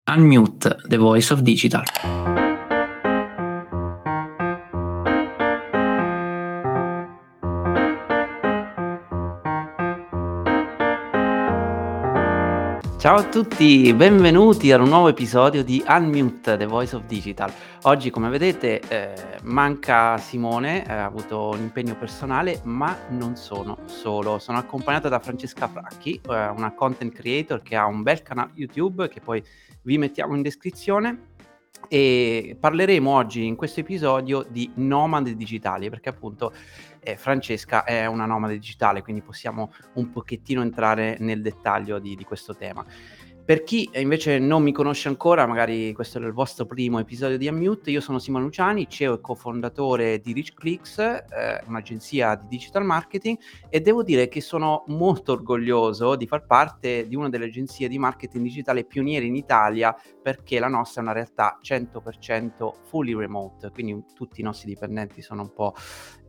Unmute, the voice of digital. Ciao a tutti, benvenuti ad un nuovo episodio di Unmute, the voice of digital. Oggi, come vedete, manca Simone, ha avuto un impegno personale, ma non sono solo. Sono accompagnato da Francesca Fracchi, una content creator che ha un bel canale YouTube che poi vi mettiamo in descrizione. E parleremo oggi in questo episodio di nomadi digitali, perché appunto Francesca è una nomade digitale, quindi possiamo un pochettino entrare nel dettaglio di questo tema. Per chi invece non mi conosce ancora, magari questo è il vostro primo episodio di Unmute, io sono Simone Luciani, CEO e cofondatore di RichClicks, un'agenzia di digital marketing, e devo dire che sono molto orgoglioso di far parte di una delle agenzie di marketing digitale pioniere in Italia, perché la nostra è una realtà 100% fully remote, quindi tutti i nostri dipendenti sono un po'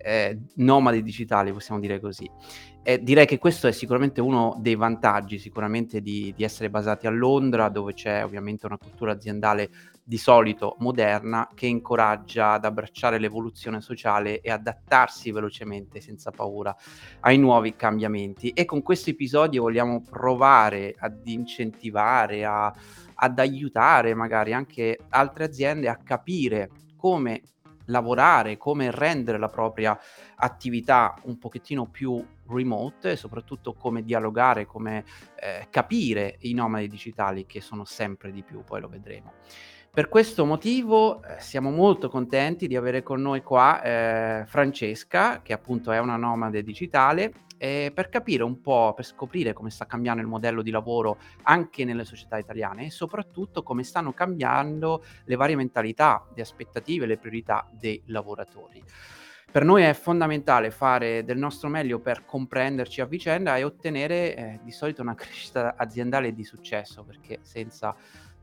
nomadi digitali, possiamo dire così. Direi che questo è sicuramente uno dei vantaggi sicuramente di essere basati a Londra, dove c'è ovviamente una cultura aziendale di solito moderna, che incoraggia ad abbracciare l'evoluzione sociale e adattarsi velocemente, senza paura, ai nuovi cambiamenti. E con questo episodio vogliamo provare ad incentivare, ad aiutare magari anche altre aziende a capire come lavorare, come rendere la propria attività un pochettino più remote, e soprattutto come dialogare, come capire i nomadi digitali, che sono sempre di più, poi lo vedremo. Per questo motivo siamo molto contenti di avere con noi qua Francesca, che appunto è una nomade digitale, per capire un po', per scoprire come sta cambiando il modello di lavoro anche nelle società italiane, e soprattutto come stanno cambiando le varie mentalità, le aspettative, le priorità dei lavoratori. Per noi è fondamentale fare del nostro meglio per comprenderci a vicenda e ottenere di solito una crescita aziendale di successo, perché senza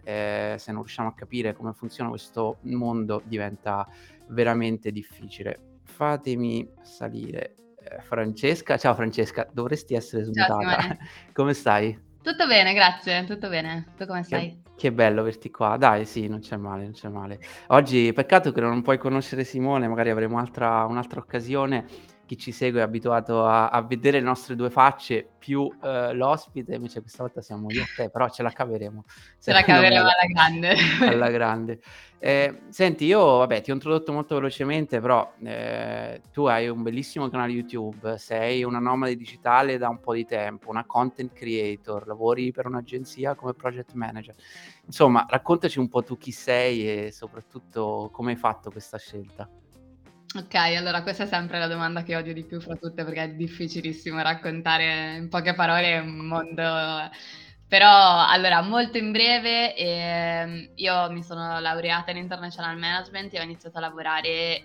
se non riusciamo a capire come funziona questo mondo diventa veramente difficile. Fatemi salire Francesca. Ciao Francesca, dovresti essere Ciao smutata. Simone. Come stai? Tutto bene, grazie, tutto bene. Tu come Che stai? che bello averti qua. Dai, sì, non c'è male, non c'è male. Oggi peccato che non puoi conoscere Simone, magari avremo un'altra occasione. Chi ci segue è abituato a vedere le nostre 2 facce più, l'ospite, invece questa volta siamo io e te, però ce la caveremo, Ce la secondo me caveremo alla grande. alla grande. Senti, io vabbè ti ho introdotto molto velocemente, però, tu hai un bellissimo canale YouTube, sei una nomade digitale da un po' di tempo, una content creator, lavori per un'agenzia come project manager. Insomma, raccontaci un po' tu chi sei e soprattutto come hai fatto questa scelta. Okay, allora questa è sempre la domanda che odio di più fra tutte, perché è difficilissimo raccontare in poche parole un mondo. Però allora molto in breve, io mi sono laureata in International Management e ho iniziato a lavorare,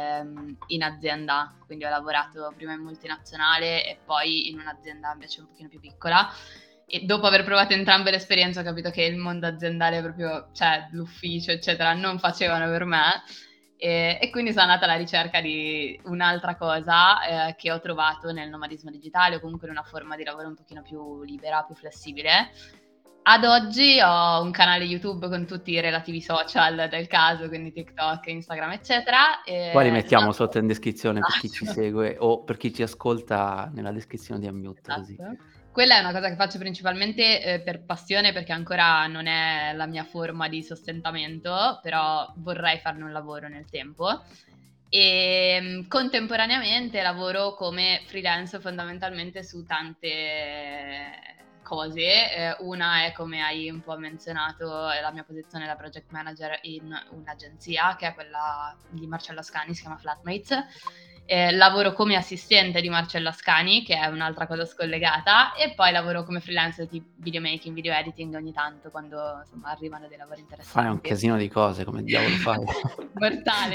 in azienda, quindi ho lavorato prima in multinazionale e poi in un'azienda invece un pochino più piccola. E dopo aver provato entrambe le esperienze ho capito che il mondo aziendale proprio, cioè l'ufficio eccetera, non facevano per me. E quindi sono andata alla ricerca di un'altra cosa, che ho trovato nel nomadismo digitale, o comunque in una forma di lavoro un pochino più libera, più flessibile. Ad oggi ho un canale YouTube con tutti i relativi social del caso, quindi TikTok, Instagram, eccetera. Poi li mettiamo Esatto, sotto in descrizione per chi ci esatto. segue o per chi ci ascolta nella descrizione di Unmute, così. Esatto. Quella è una cosa che faccio principalmente, per passione, perché ancora non è la mia forma di sostentamento, però vorrei farne un lavoro nel tempo. Contemporaneamente lavoro come freelance fondamentalmente su tante cose. Una è, come hai un po' menzionato, è la mia posizione da project manager in un'agenzia, che è quella di Marcello Ascani, si chiama Flatmates. Lavoro come assistente di Marcello Ascani, che è un'altra cosa scollegata, e poi lavoro come freelancer di videomaking, video editing ogni tanto, quando insomma arrivano dei lavori Fai un interessanti. casino di cose, come diavolo fai? Mortale,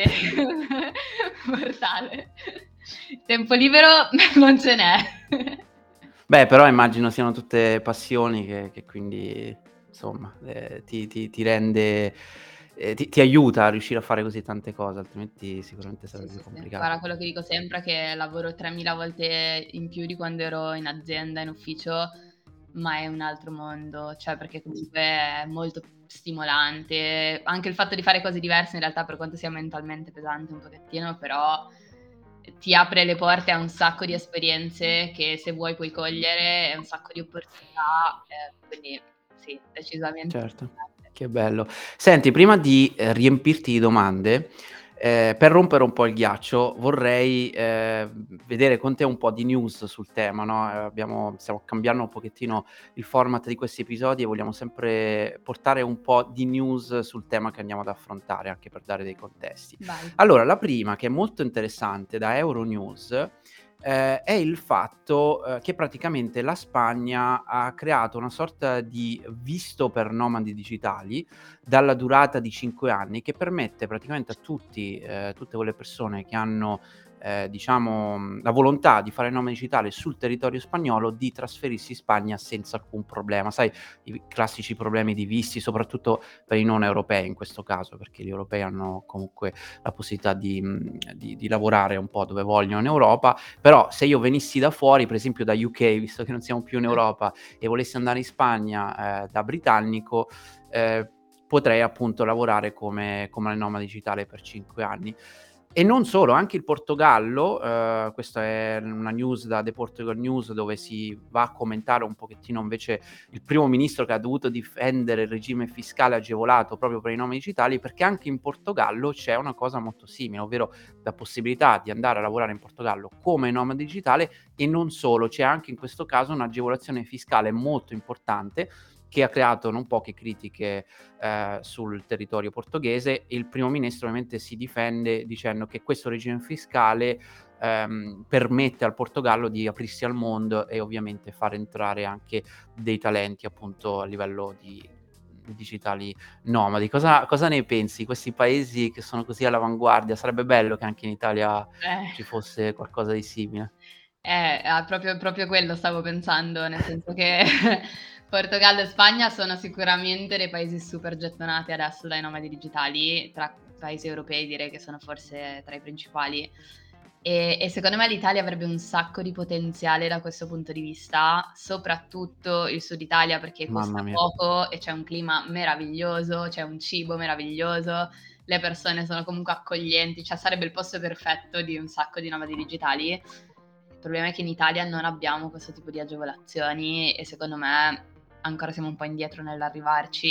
mortale. Tempo libero non ce n'è. Beh, però immagino siano tutte passioni che quindi insomma, ti rende ti aiuta a riuscire a fare così tante cose, altrimenti sicuramente Sì, sarebbe sì, sì. complicato. Guarda, quello che dico sempre è che lavoro 3000 volte in più di quando ero in azienda, in ufficio, ma è un altro mondo, cioè perché comunque è molto stimolante. Anche il fatto di fare cose diverse in realtà, per quanto sia mentalmente pesante un pochettino, però ti apre le porte a un sacco di esperienze che se vuoi puoi cogliere e un sacco di opportunità, quindi sì, decisamente Certo, stimolante. che bello. Senti, prima di, riempirti di domande, per rompere un po' il ghiaccio vorrei, vedere con te un po' di news sul tema, no, stiamo cambiando un pochettino il format di questi episodi e vogliamo sempre portare un po' di news sul tema che andiamo ad affrontare, anche per dare dei contesti. Vai. Allora, la prima, che è molto interessante da Euronews, è il fatto, che praticamente la Spagna ha creato una sorta di visto per nomadi digitali, dalla durata di 5 anni, che permette praticamente a tutte quelle persone che hanno, diciamo, la volontà di fare il nome digitale sul territorio spagnolo, di trasferirsi in Spagna senza alcun problema. Sai, i classici problemi di visti, soprattutto per i non europei in questo caso, perché gli europei hanno comunque la possibilità di lavorare un po' dove vogliono in Europa, però se io venissi da fuori, per esempio da UK, visto che non siamo più in Europa, e volessi andare in Spagna, da britannico, ehm, potrei appunto lavorare come nomade digitale per 5 anni. E non solo, anche il Portogallo, questa è una news da The Portugal News, dove si va a commentare un pochettino invece il primo ministro che ha dovuto difendere il regime fiscale agevolato proprio per i nomadi digitali, perché anche in Portogallo c'è una cosa molto simile, ovvero la possibilità di andare a lavorare in Portogallo come nomade digitale. E non solo, c'è anche in questo caso un'agevolazione fiscale molto importante che ha creato non poche critiche, sul territorio portoghese. Il primo ministro ovviamente si difende dicendo che questo regime fiscale, permette al Portogallo di aprirsi al mondo e ovviamente far entrare anche dei talenti appunto a livello di digitali nomadi. Cosa ne pensi di questi paesi che sono così all'avanguardia? Sarebbe bello che anche in Italia Eh. ci fosse qualcosa di simile. Proprio quello stavo pensando, nel senso che Portogallo e Spagna sono sicuramente dei paesi super gettonati adesso dai nomadi digitali, tra paesi europei direi che sono forse tra i principali. E secondo me l'Italia avrebbe un sacco di potenziale da questo punto di vista, soprattutto il Sud Italia perché Mamma costa mia. poco e c'è un clima meraviglioso, c'è un cibo meraviglioso, le persone sono comunque accoglienti, cioè sarebbe il posto perfetto di un sacco di nomadi digitali. Il problema è che in Italia non abbiamo questo tipo di agevolazioni e secondo me ancora siamo un po' indietro nell'arrivarci.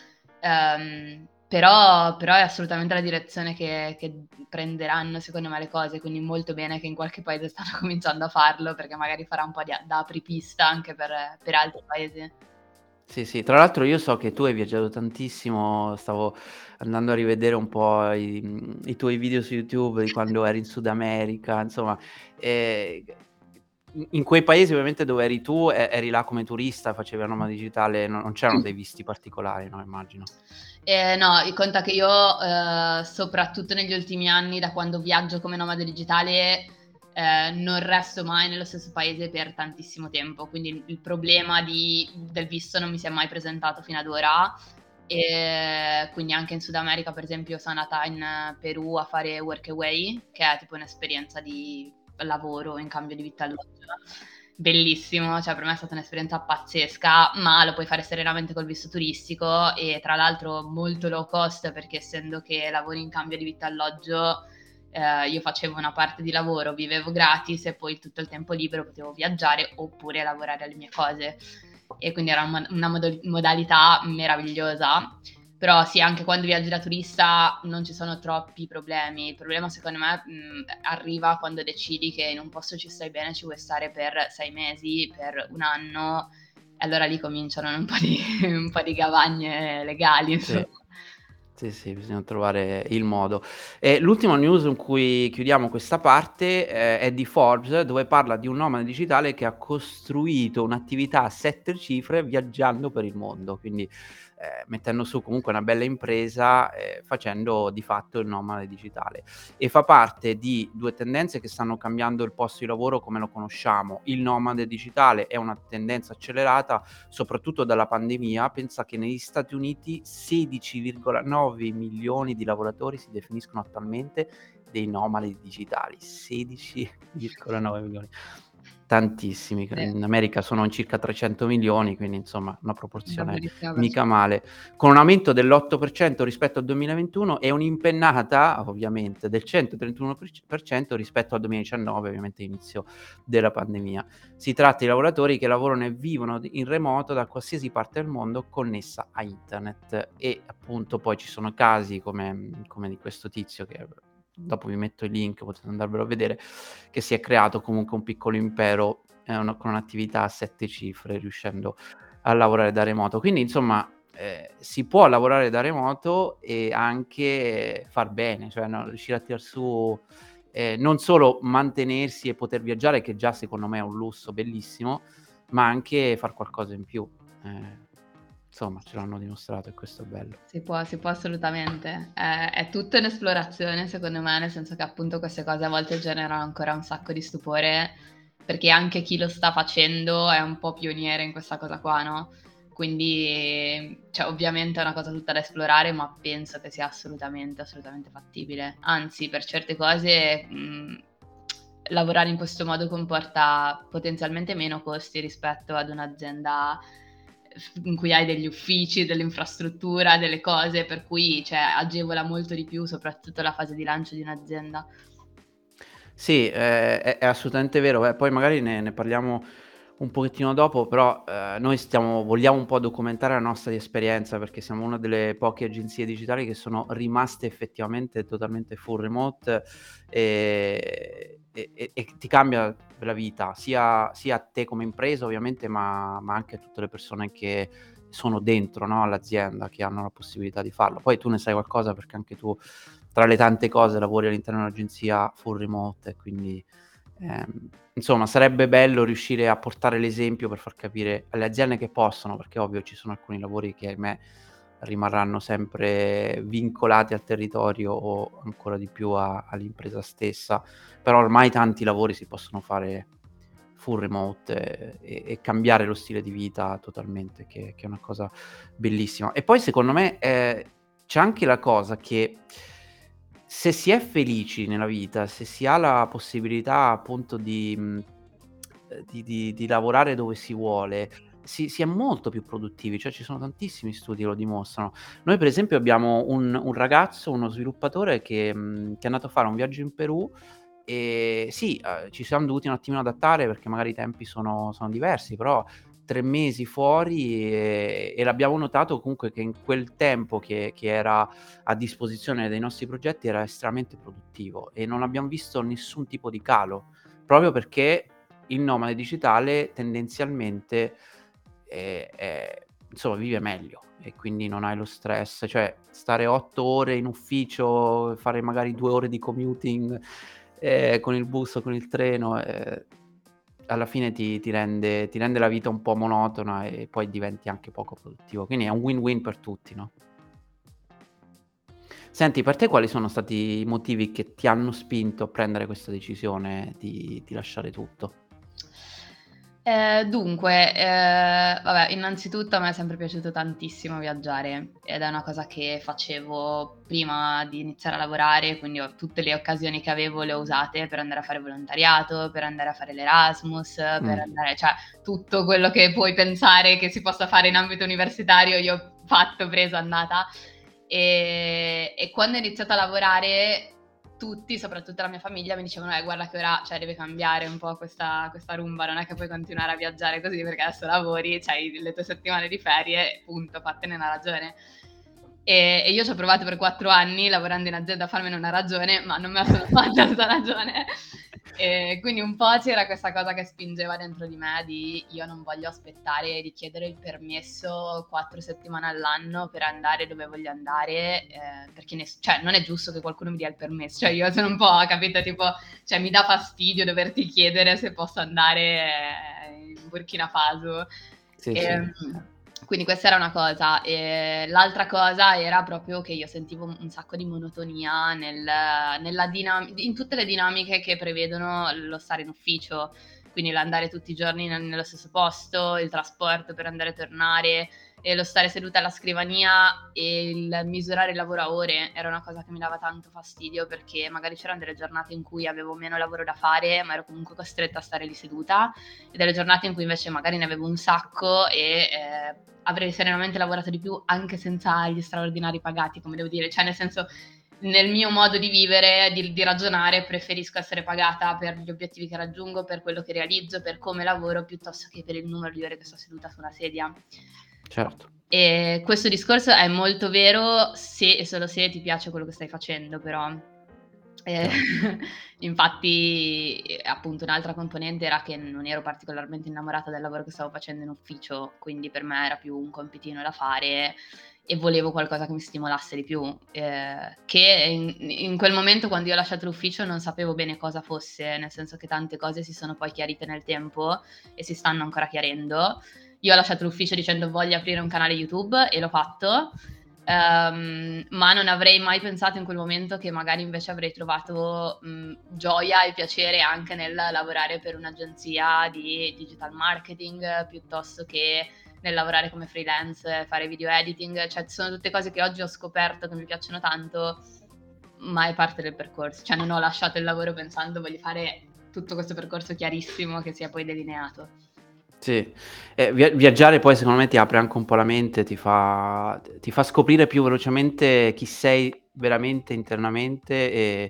Però è assolutamente la direzione che prenderanno secondo me le cose, quindi molto bene che in qualche paese stanno cominciando a farlo, perché magari farà un po' da apripista anche per altri paesi. Sì, sì. Tra l'altro io so che tu hai viaggiato tantissimo, stavo andando a rivedere un po' i tuoi video su YouTube di quando eri in Sud America, insomma, g in quei paesi ovviamente dove eri tu, eri là come turista, facevi la nomade digitale, non c'erano dei visti particolari, no, immagino. No, conta che io, soprattutto negli ultimi anni, da quando viaggio come nomade digitale, non resto mai nello stesso paese per tantissimo tempo, quindi il problema del visto non mi si è mai presentato fino ad ora. Quindi anche in Sud America, per esempio, sono andata in Perù a fare Workaway, che è tipo un'esperienza di lavoro in cambio di vitto e alloggio. Bellissimo, cioè per me è stata un'esperienza pazzesca, ma lo puoi fare serenamente col visto turistico e tra l'altro molto low cost perché essendo che lavori in cambio di vitto e alloggio, io facevo una parte di lavoro, vivevo gratis e poi tutto il tempo libero potevo viaggiare oppure lavorare alle mie cose e quindi era una modalità meravigliosa. Però sì, anche quando viaggi da turista non ci sono troppi problemi. Il problema secondo me, arriva quando decidi che in un posto ci stai bene, ci vuoi stare per 6 mesi, per 1 anno, e allora lì cominciano un po' di un po' di gavagne legali, insomma. Sì. Sì, sì, bisogna trovare il modo. E l'ultima news con cui chiudiamo questa parte, è di Forbes, dove parla di un nomade digitale che ha costruito un'attività a 7 cifre viaggiando per il mondo, quindi, mettendo su comunque una bella impresa, facendo di fatto il nomade digitale. E fa parte di 2 tendenze che stanno cambiando il posto di lavoro come lo conosciamo. Il nomade digitale è una tendenza accelerata soprattutto dalla pandemia. Pensa che negli Stati Uniti 16,9 milioni di lavoratori si definiscono attualmente dei nomadi digitali, 16,9 milioni. Tantissimi, che Sì, in America sono in circa 300 milioni, quindi insomma una una proporzione buonissima mica percentuale. male. Con un aumento dell'8% rispetto al 2021 e un'impennata ovviamente del 131% rispetto al 2019, ovviamente inizio della pandemia. Si tratta di lavoratori che lavorano e vivono in remoto da qualsiasi parte del mondo connessa a internet e appunto poi ci sono casi come di questo tizio che dopo vi metto il link, potete andarvelo a vedere, che si è creato comunque un piccolo impero, con un'attività a 7 cifre, riuscendo a lavorare da remoto. Quindi insomma, si può lavorare da remoto e anche far bene, cioè no, riuscire a tirar su non solo mantenersi e poter viaggiare, che già secondo me è un lusso bellissimo, ma anche far qualcosa in più. Insomma ce l'hanno dimostrato e questo è bello. Si può assolutamente. È tutto in esplorazione secondo me, nel senso che appunto queste cose a volte generano ancora un sacco di stupore, perché anche chi lo sta facendo è un po' pioniere in questa cosa qua, no, quindi cioè ovviamente è una cosa tutta da esplorare, ma penso che sia assolutamente, assolutamente fattibile. Anzi, per certe cose, lavorare in questo modo comporta potenzialmente meno costi rispetto ad un'azienda in cui hai degli uffici, dell'infrastruttura, delle cose, per cui cioè agevola molto di più, soprattutto la fase di lancio di un'azienda. Sì, è assolutamente vero. Poi magari ne parliamo un pochettino dopo, però, noi vogliamo un po' documentare la nostra esperienza, perché siamo una delle poche agenzie digitali che sono rimaste effettivamente totalmente full remote, e ti cambia la vita, sia a te come impresa ovviamente, ma anche a tutte le persone che sono dentro, no, all'azienda, che hanno la possibilità di farlo. Poi tu ne sai qualcosa perché anche tu, tra le tante cose, lavori all'interno di un'agenzia full remote e quindi, insomma sarebbe bello riuscire a portare l'esempio per far capire alle aziende che possono, perché ovvio ci sono alcuni lavori che ahimè rimarranno sempre vincolati al territorio o ancora di più all'impresa stessa, però ormai tanti lavori si possono fare full remote e cambiare lo stile di vita totalmente, che è una cosa bellissima. E poi secondo me, c'è anche la cosa che se si è felici nella vita, se si ha la possibilità appunto di lavorare dove si vuole, si è molto più produttivi, cioè ci sono tantissimi studi che lo dimostrano. Noi per esempio abbiamo un ragazzo, uno sviluppatore che è andato a fare un viaggio in Perù. Sì, ci siam dovuti un attimino adattare perché magari i tempi sono diversi, però 3 mesi fuori, e l'abbiamo notato comunque che in quel tempo che era a disposizione dei nostri progetti era estremamente produttivo e non abbiam visto nessun tipo di calo, proprio perché il nomade digitale tendenzialmente, insomma vive meglio e quindi non hai lo stress, cioè stare 8 ore in ufficio, fare magari 2 ore di commuting, con il bus o con il treno, alla fine ti rende la vita un po' monotona e poi diventi anche poco produttivo. Quindi è un win-win per tutti, no. Senti, per te quali sono stati i motivi che ti hanno spinto a prendere questa decisione di lasciare tutto? Dunque, vabbè, innanzitutto a me è sempre piaciuto tantissimo viaggiare ed è una cosa che facevo prima di iniziare a lavorare, quindi ho tutte le occasioni che avevo le ho usate per andare a fare volontariato, per andare a fare l'Erasmus, per Mh. andare cioè tutto quello che puoi pensare che si possa fare in ambito universitario io ho fatto, preso, andata. E quando ho iniziato a lavorare tutti, soprattutto la mia famiglia, mi dicevano: guarda che ora, cioè, deve cambiare un po' questa rumba, non è che puoi continuare a viaggiare così perché adesso lavori, c'hai le tue settimane di ferie, punto, fattene una ragione". E io ci ho provato per 4 anni lavorando in azienda a farmene una ragione, ma non me la sono fatta 'sta ragione. Quindi un po' c'era questa cosa che spingeva dentro di me di: io non voglio aspettare di chiedere il permesso 4 settimane all'anno per andare dove voglio andare, perché cioè non è giusto che qualcuno mi dia il permesso. Cioè io sono un po', capito, tipo, cioè mi dà fastidio doverti chiedere se posso andare, in Burkina Faso. Sì, sì. Ehm, quindi questa era una cosa. L'altra cosa era proprio che io sentivo un sacco di monotonia nella in tutte le dinamiche che prevedono lo stare in ufficio. quindi l'andare tutti i giorni nello stesso posto, il trasporto per andare e tornare, e lo stare seduta alla scrivania e il misurare il lavoro a ore era una cosa che mi dava tanto fastidio, perché magari c'erano delle giornate in cui avevo meno lavoro da fare, ma ero comunque costretta a stare lì seduta, e delle giornate in cui invece magari ne avevo un sacco e avrei serenamente lavorato di più anche senza gli straordinari pagati, come devo dire, cioè nel senso, nel mio modo di vivere, di ragionare, preferisco essere pagata per gli obiettivi che raggiungo, per quello che realizzo, per come lavoro, piuttosto che per il numero di ore che sto seduta su una sedia. Certo. E questo discorso è molto vero se e solo se ti piace quello che stai facendo, però. Ehm, Chiaro. infatti, appunto un'altra componente era che non ero particolarmente innamorata del lavoro che stavo facendo in ufficio, quindi per me era più un compitino da fare e volevo qualcosa che mi stimolasse di più, che in quel momento, quando io ho lasciato l'ufficio, non sapevo bene cosa fosse, nel senso che tante cose si sono poi chiarite nel tempo e si stanno ancora chiarendo. Io ho lasciato l'ufficio dicendo: "Voglio aprire un canale YouTube", e l'ho fatto. Ma non avrei mai pensato in quel momento che magari invece avrei trovato, gioia e piacere anche nel lavorare per un'agenzia di digital marketing, piuttosto che nel lavorare come freelance, fare video editing. Cioè, sono tutte cose che oggi ho scoperto che mi piacciono tanto, ma è parte del percorso. Cioè, non ho lasciato il lavoro pensando: "Voglio fare tutto questo percorso chiarissimo che sia poi delineato". Sì, viaggiare poi secondo me ti apre anche un po' la mente, ti fa scoprire più velocemente chi sei veramente internamente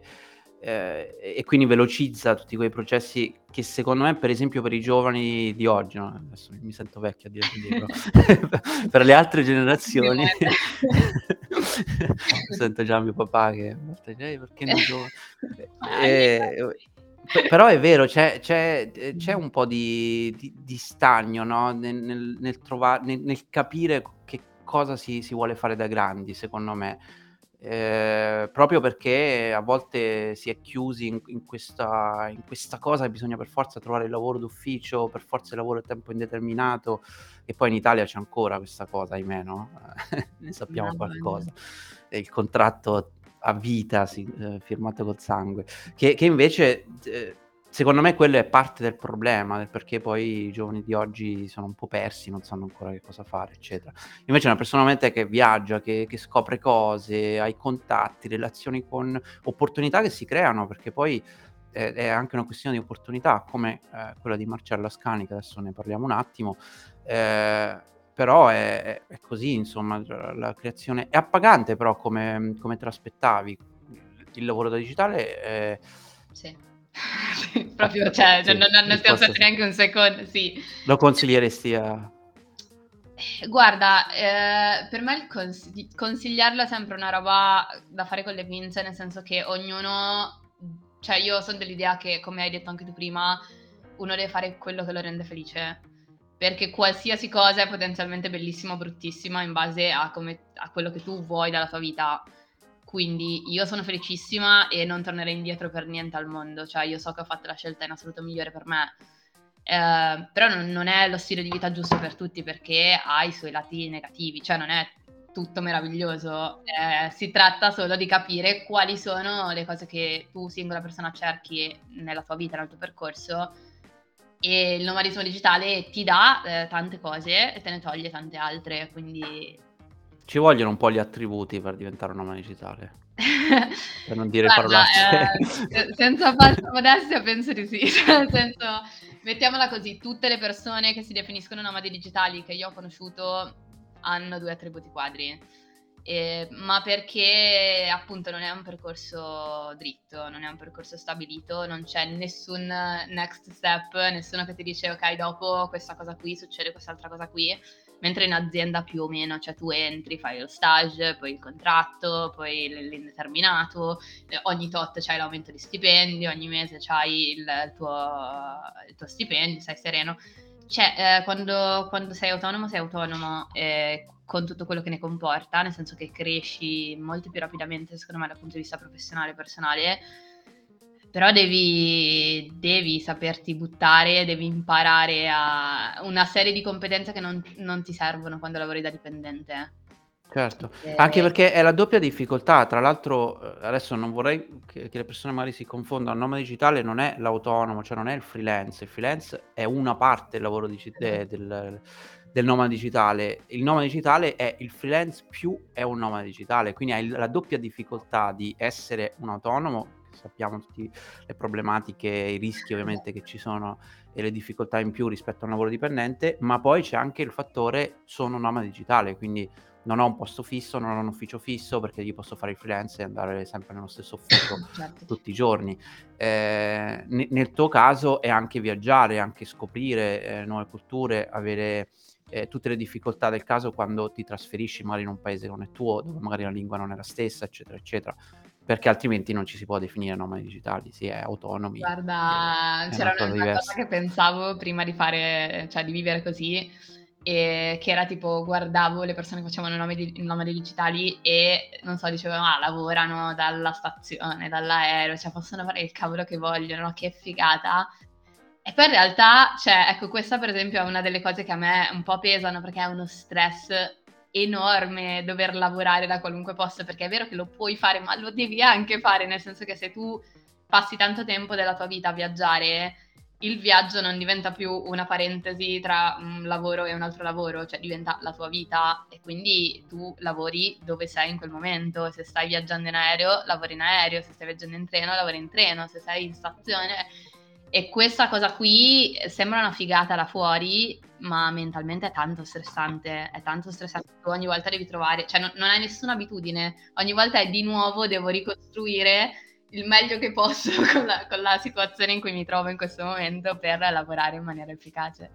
e quindi velocizza tutti quei processi che secondo me, per esempio per i giovani di oggi, no, adesso mi sento vecchio a dire così, però per le altre generazioni sento già mio papà che a volte dice: perché non gio" ehm però è vero, c'è un po' di stagno, no, nel capire che cosa si vuole fare da grandi, secondo me. Proprio perché a volte si è chiusi in questa cosa che bisogna per forza trovare il lavoro d'ufficio, per forza il lavoro a tempo indeterminato, e poi in Italia c'è ancora questa cosa, ahimè, no, ne sappiamo Mamma mia. qualcosa. E il contratto a vita firmato col sangue. Che invece, secondo me quello è parte del problema, del perché poi i giovani di oggi sono un po' persi, non sanno ancora che cosa fare, eccetera. Invece una persona veramente che viaggia, che scopre cose, ha i contatti, relazioni con opportunità che si creano, perché poi è anche una questione di opportunità, come, quella di Marcella Ascani, che adesso ne parliamo un attimo. Ehm, Però è così, insomma, la creazione è appagante, però come te l'aspettavi. Il lavoro da digitale, Sì. Sì, ah, proprio, cioè, sì, non ti ho risposta aspettato sì. neanche un secondo, sì. Lo consiglieresti a Guarda, per me consigliarlo è sempre una roba da fare con le pinze, nel senso che ognuno, cioè io son dell'idea che, come hai detto anche tu prima, uno deve fare quello che lo rende felice, perché qualsiasi cosa è potenzialmente bellissima o bruttissima in base a quello che tu vuoi dalla tua vita. Quindi io sono felicissima e non tornerei indietro per niente al mondo, cioè io so che ho fatto la scelta in assoluto migliore per me. Però non è lo stile di vita giusto per tutti, perché ha i suoi lati negativi, cioè non è tutto meraviglioso. Si tratta solo di capire quali sono le cose che tu singola persona cerchi nella tua vita, nel tuo percorso, e il nomadismo digitale ti dà, tante cose e te ne toglie tante altre, quindi. ci vogliono un po' gli attributi per diventare un nomade digitale, per non dire Guarda, parolacce. senza falsa modestia penso di sì. Cioè, nel senso, mettiamola così, tutte le persone che si definiscono nomadi digitali che io ho conosciuto hanno 2 attributi quadri, ma perché appunto non è un percorso dritto, non è un percorso stabilito, non c'è nessun next step, nessuno che ti dice: "Okay, dopo questa cosa qui succede quest'altra cosa qui". Mentre in azienda più o meno, cioè tu entri, fai lo stage, poi il contratto, poi l'indeterminato, ogni tot c'hai l'aumento di stipendio, ogni mese c'hai il tuo stipendio, stai sereno. Cioè, quando sei autonomo, con tutto quello che ne comporta, nel senso che cresci molto più rapidamente, secondo me, dal punto di vista professionale e personale, però devi saperti buttare, devi imparare a una serie di competenze che non ti servono quando lavori da dipendente. Certo, anche Ehm perché è la doppia difficoltà. Tra l'altro, adesso non vorrei che le persone magari si confondano, il nomade digitale non è l'autonomo, cioè non è il freelance. Il freelance è una parte del lavoro del nomade digitale. Il nomade digitale è il freelance più è un nomade digitale, quindi hai la doppia difficoltà di essere un autonomo, che sappiamo tutti le problematiche, i rischi ovviamente che ci sono e le difficoltà in più rispetto a un lavoro dipendente, ma poi c'è anche il fattore: sono nomade digitale, quindi non ho un posto fisso, non ho un ufficio fisso perché gli posso fare il freelance e andare sempre nello stesso ufficio certo. tutti i giorni. Nel tuo caso è anche viaggiare, anche scoprire, nuove culture, avere, tutte le difficoltà del caso quando ti trasferisci magari in un paese che non è tuo, dove magari la lingua non è la stessa, eccetera, eccetera, perché altrimenti non ci si può definire nomadi digitali, si è autonomi, Guarda, è una c'era cosa una cosa diversa. che pensavo prima di fare cioè di vivere così, che era tipo guardavo le persone che facevano nomadi digitali e, non so, dicevo: "Ah, lavorano dalla stazione, dall'aereo, cioè possono fare il cavolo che vogliono, no, che figata". E poi in realtà, cioè, ecco, questa per esempio è una delle cose che a me un po' pesano, perché è uno stress enorme dover lavorare da qualunque posto, perché è vero che lo puoi fare, ma lo devi anche fare, nel senso che se tu passi tanto tempo della tua vita a viaggiare, il viaggio non diventa più una parentesi tra un lavoro e un altro lavoro, cioè diventa la tua vita e quindi tu lavori dove sei in quel momento. Se stai viaggiando in aereo, lavori in aereo, se stai viaggiando in treno, lavori in treno, se sei in stazione. E questa cosa qui sembra una figata da fuori, ma mentalmente è tanto stressante. Tu ogni volta devi trovare, cioè non hai nessuna abitudine, ogni volta è di nuovo devo ricostruire il meglio che posso con la situazione in cui mi trovo in questo momento per lavorare in maniera efficace.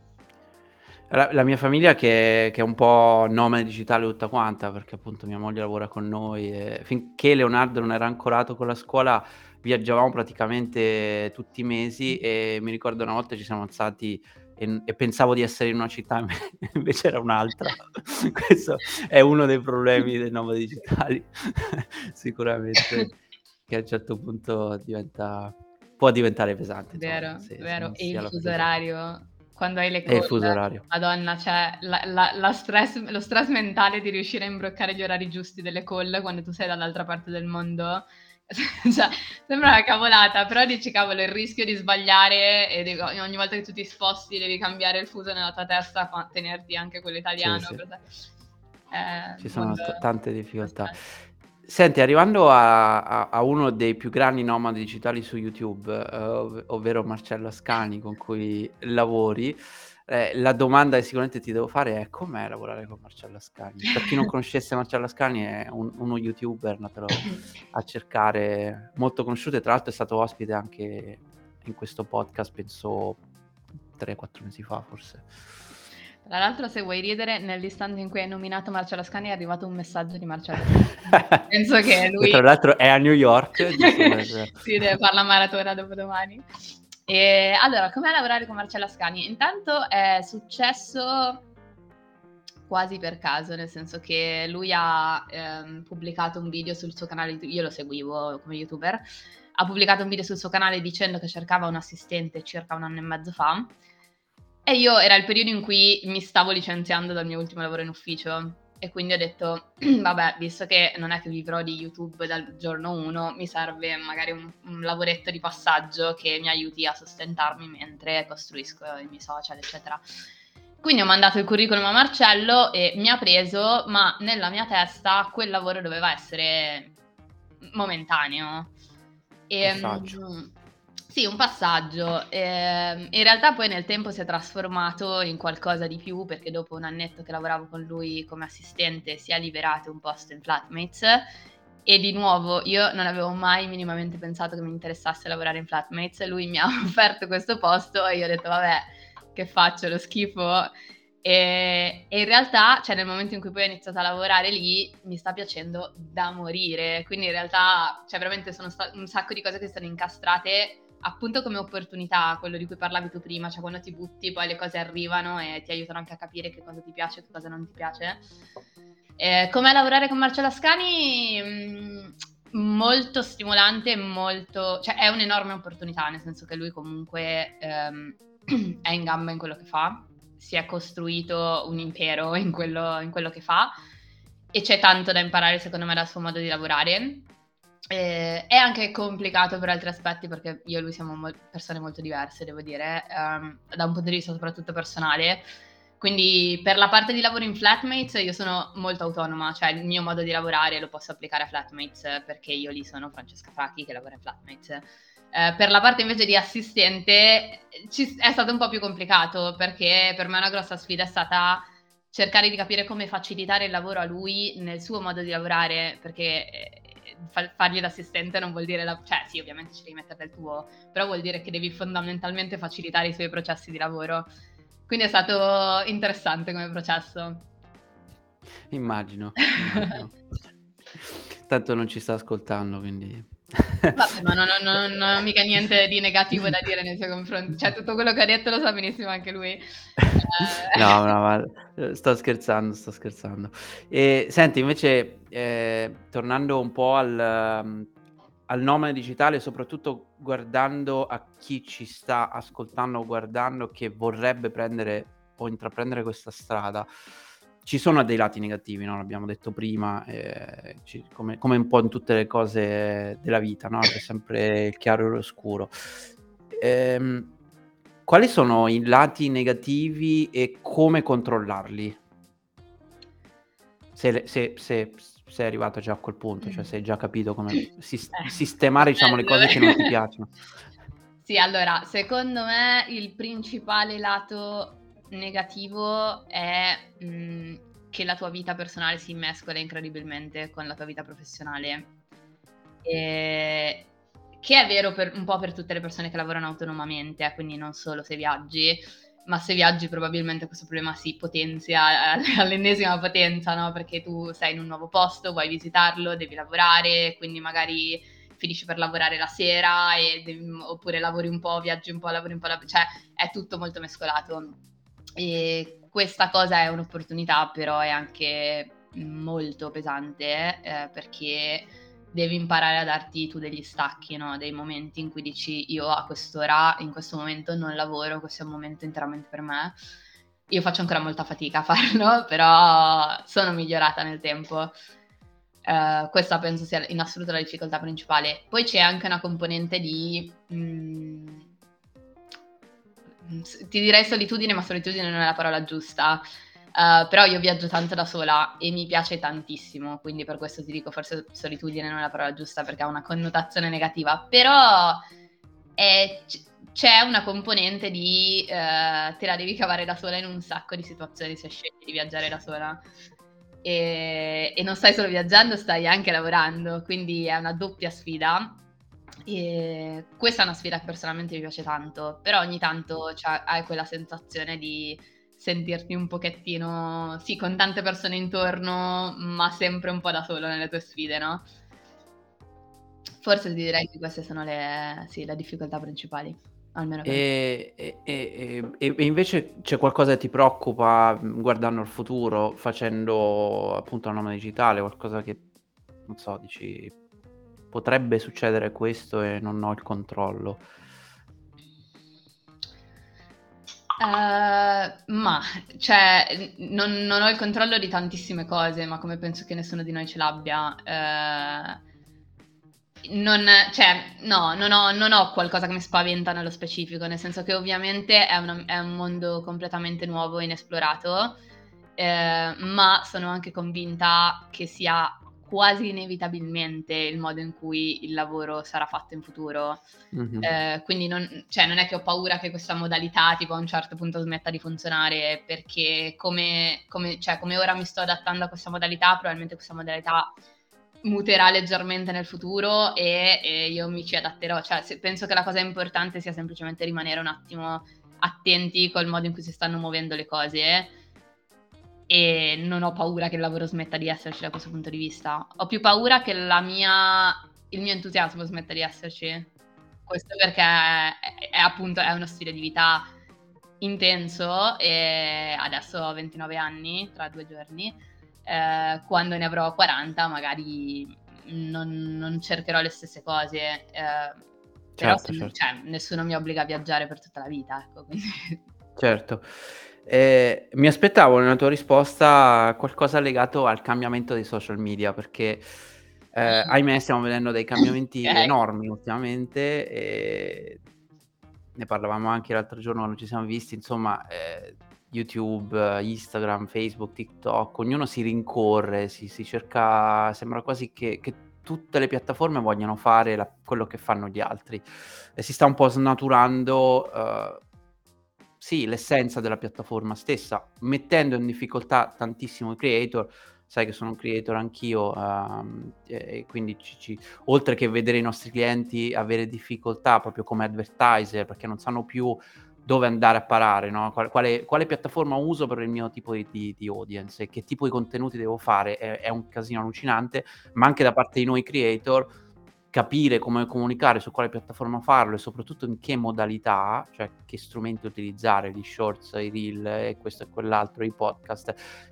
La mia famiglia che è un po' nomade digitale tutta quanta, perché appunto mia moglie lavora con noi e finché Leonardo non era ancorato con la scuola viaggiavamo praticamente tutti i mesi e mi ricordo una volta ci siamo alzati e pensavo di essere in una città invece era un'altra. Questo è uno dei problemi dei nomadi digitali sicuramente, che a un certo punto può diventare pesante insomma Vero, se vero. non E si ha il la fuso filosof orario, quando hai le e il call, fuso orario. madonna, cioè lo stress mentale di riuscire a imbroccare gli orari giusti delle call quando tu sei dall'altra parte del mondo, cioè sembra una cavolata, però dici: "Cavolo, il rischio di sbagliare e ogni volta che tu ti sposti devi cambiare il fuso nella tua testa, tenerti anche quello Sì, italiano", sì. per Ci un sono mondo tante molto difficoltà. stress. Senti, arrivando a uno dei più grandi nomadi digitali su YouTube, ovvero Marcello Ascani con cui lavori, la domanda che sicuramente ti devo fare è: com'è lavorare con Marcello Ascani? Per chi non conoscesse Marcello Ascani è uno youtuber, andatelo a cercare, molto conosciuto e tra l'altro è stato ospite anche in questo podcast penso 3, 4 mesi fa forse. Tra l'altro, se vuoi ridere, nell'istante in cui hai nominato Marcello Ascani è arrivato un messaggio di Marcello. Penso che Che lui tra l'altro è a New York, giusto per sì, deve far la maratona dopodomani. Allora, com'è lavorare con Marcello Ascani? Intanto è successo quasi per caso, nel senso che lui ha, pubblicato un video sul suo canale io lo seguivo come youtuber, ha pubblicato un video sul suo canale dicendo che cercava un assistente circa 1 anno e mezzo fa e io era il periodo in cui mi stavo licenziando dal mio ultimo lavoro in ufficio e quindi ho detto: "Vabbè, visto che non è che vivrò di YouTube dal giorno 1, mi serve magari un lavoretto di passaggio che mi aiuti a sostentarmi mentre costruisco i miei social, eccetera". Quindi ho mandato il curriculum a Marcello e mi ha preso, ma nella mia testa quel lavoro doveva essere momentaneo. passaggio. Sì, un passaggio. In realtà poi nel tempo si è trasformato in qualcosa di più, perché dopo 1 annetto che lavoravo con lui come assistente si è liberato un posto in Flatmates e di nuovo io non avevo mai minimamente pensato che mi interessasse lavorare in Flatmates. Lui mi ha offerto questo posto e io ho detto: "Vabbè, che faccio, lo schifo?" E in realtà, cioè nel momento in cui poi ho iniziato a lavorare lì, mi sta piacendo da morire. Quindi in realtà, cioè veramente sono un sacco di cose che sono incastrate appunto come opportunità, quello di cui parlavi tu prima, cioè quando ti butti poi le cose arrivano e ti aiutano anche a capire che cosa ti piace e che cosa non ti piace. Com'è lavorare con Marcello Ascani? Molto stimolante, molto cioè è un'enorme opportunità, nel senso che lui comunque, è in gamba in quello che fa, si è costruito un impero in quello che fa e c'è tanto da imparare secondo me dal suo modo di lavorare. È anche complicato per altri aspetti perché io e lui siamo persone molto diverse, devo dire, da un punto di vista soprattutto personale. Quindi per la parte di lavoro in Flatmates io sono molto autonoma, cioè il mio modo di lavorare lo posso applicare a Flatmates perché io lì sono Francesca Fracchi che lavora in Flatmates. Per la parte invece di assistente è stato un po' più complicato perché per me una grossa sfida è stata cercare di capire come facilitare il lavoro a lui nel suo modo di lavorare, perché fargli l'assistente non vuol dire cioè sì, ovviamente ci devi mettere del tuo, però vuol dire che devi fondamentalmente facilitare i suoi processi di lavoro. Quindi è stato interessante come processo. Immagino, immagino. Tanto non ci sta ascoltando, quindi Vabbè, ma non ho mica niente di negativo da dire nei suoi confronti. Cioè, tutto quello che ha detto lo sa benissimo anche lui. No, no, ma, sto scherzando, sto scherzando. Senti invece, tornando un po' al nomade digitale, soprattutto guardando a chi ci sta ascoltando o guardando che vorrebbe prendere o intraprendere questa strada, ci sono dei lati negativi, no, l'abbiamo detto prima, come un po' in tutte le cose della vita, no, c'è sempre il chiaro e l'oscuro. Ehm, Quali sono i lati negativi e come controllarli? Se sei arrivato già a quel punto, cioè se hai già capito come sistemare, diciamo, le cose che non ti piacciono. Sì, allora, secondo me il principale lato negativo è, che la tua vita personale si mescola incredibilmente con la tua vita professionale. Ehm, che è vero un po' per tutte le persone che lavorano autonomamente, quindi non solo se viaggi, ma se viaggi probabilmente questo problema si potenzia all'ennesima potenza, no, perché tu sei in un nuovo posto, vuoi visitarlo, devi lavorare, quindi magari finisci per lavorare la sera oppure lavori un po', viaggi un po', lavori un po', cioè è tutto molto mescolato. E questa cosa è un'opportunità, però è anche molto pesante, perché devi imparare a darti tu degli stacchi, no, dei momenti in cui dici: "Io a quest'ora, in questo momento non lavoro, questo è un momento interamente per me". Io faccio ancora molta fatica a farlo, però sono migliorata nel tempo. Questa penso sia in assoluto la difficoltà principale. Poi c'è anche una componente di, ti direi solitudine, ma solitudine non è la parola giusta. Però io viaggio tanto da sola e mi piace tantissimo, quindi per questo ti dico forse solitudine non è la parola giusta perché ha una connotazione negativa, però c'è una componente di te la devi cavare da sola in un sacco di situazioni se scegli di viaggiare da sola. E non stai solo viaggiando, stai anche lavorando, quindi è una doppia sfida. Questa è una sfida che personalmente mi piace tanto, però ogni tanto hai quella sensazione di sentirti un pochettino, sì, con tante persone intorno, ma sempre un po' da solo nelle tue sfide, no? Forse ti direi che queste sono le difficoltà principali, almeno per me. E invece c'è qualcosa che ti preoccupa, guardando al futuro, facendo appunto la nomade digitale, qualcosa che, non so, dici: "Potrebbe succedere questo e non ho il controllo." Mah, cioè, non ho il controllo di tantissime cose, ma come penso che nessuno di noi ce l'abbia. Cioè, no, non ho qualcosa che mi spaventa nello specifico, nel senso che ovviamente è un mondo completamente nuovo, inesplorato, ma sono anche convinta che sia quasi inevitabilmente il modo in cui il lavoro sarà fatto in futuro. Mh-mh. Quindi non è che ho paura che questa modalità tipo a un certo punto smetta di funzionare, perché come ora mi sto adattando a questa modalità, probabilmente questa modalità muterà leggermente nel futuro e io mi ci adatterò. Cioè, penso che la cosa importante sia semplicemente rimanere un attimo attenti col modo in cui si stanno muovendo le cose e non ho paura che il lavoro smetta di esserci da questo punto di vista. Ho più paura che il mio entusiasmo smetta di esserci. Questo perché è appunto è uno stile di vita intenso e adesso ho 29 anni, tra 2 giorni. Quando ne avrò 40 magari non cercherò le stesse cose, però Certo, certo. cioè nessuno mi obbliga a viaggiare per tutta la vita, ecco, quindi Certo. Mi aspettavo nella tua risposta qualcosa legato al cambiamento dei social media perché, ahimè stiamo vedendo dei cambiamenti Okay. enormi ultimamente, ne parlavamo anche l'altro giorno quando ci siamo visti, insomma, YouTube, Instagram, Facebook, TikTok, ognuno si rincorre, si cerca, sembra quasi che tutte le piattaforme vogliano fare quello che fanno gli altri e si sta un po' snaturando, sì, l'essenza della piattaforma stessa, mettendo in difficoltà tantissimo i creator. Sai che sono un creator anch'io, e quindi ci oltre che vedere i nostri clienti avere difficoltà proprio come advertiser, perché non sanno più dove andare a parare, no, quale piattaforma uso per il mio tipo di audience e che tipo di contenuti devo fare, è un casino allucinante, ma anche da parte di noi creator capire come comunicare, su quale piattaforma farlo e soprattutto in che modalità, cioè che strumenti utilizzare, gli shorts, i reel e questo e quell'altro, i podcast,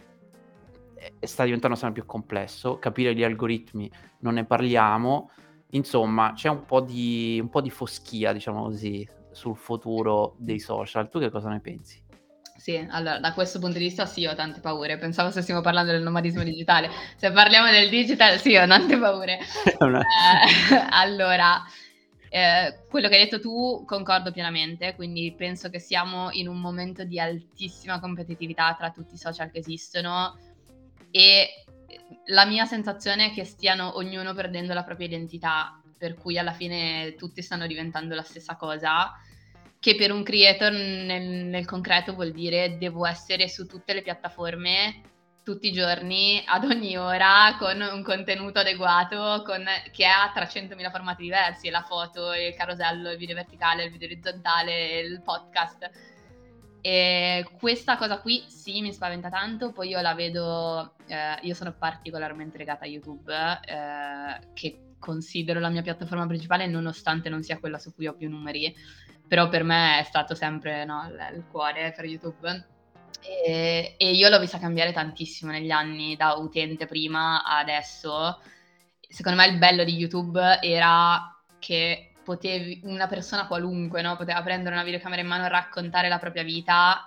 sta diventando sempre più complesso. Capire gli algoritmi non ne parliamo. Insomma, c'è un po' di foschia, diciamo così, sul futuro dei social. Tu che cosa ne pensi? Sì, allora da questo punto di vista sì, ho tante paure. Pensavo stessimo parlando del nomadismo digitale. Se parliamo del digital sì, ho tante paure. È una Allora, quello che hai detto tu concordo pienamente, quindi penso che siamo in un momento di altissima competitività tra tutti i social che esistono e, la mia sensazione è che stiano ognuno perdendo la propria identità, per cui alla fine tutti stanno diventando la stessa cosa, che per un creator nel concreto vuol dire devo essere su tutte le piattaforme, tutti i giorni, ad ogni ora, con un contenuto adeguato, che ha 300.000 formati diversi, la foto, il carosello, il video verticale, il video orizzontale, il podcast. Questa cosa qui sì, mi spaventa tanto, poi io la vedo io sono particolarmente legata a YouTube, che considero la mia piattaforma principale nonostante non sia quella su cui ho più numeri, però per me è stato sempre, no, il cuore per YouTube. E io l'ho vista cambiare tantissimo negli anni, da utente prima a adesso. Secondo me il bello di YouTube era che potevi una persona qualunque, no, poteva prendere una videocamera in mano e raccontare la propria vita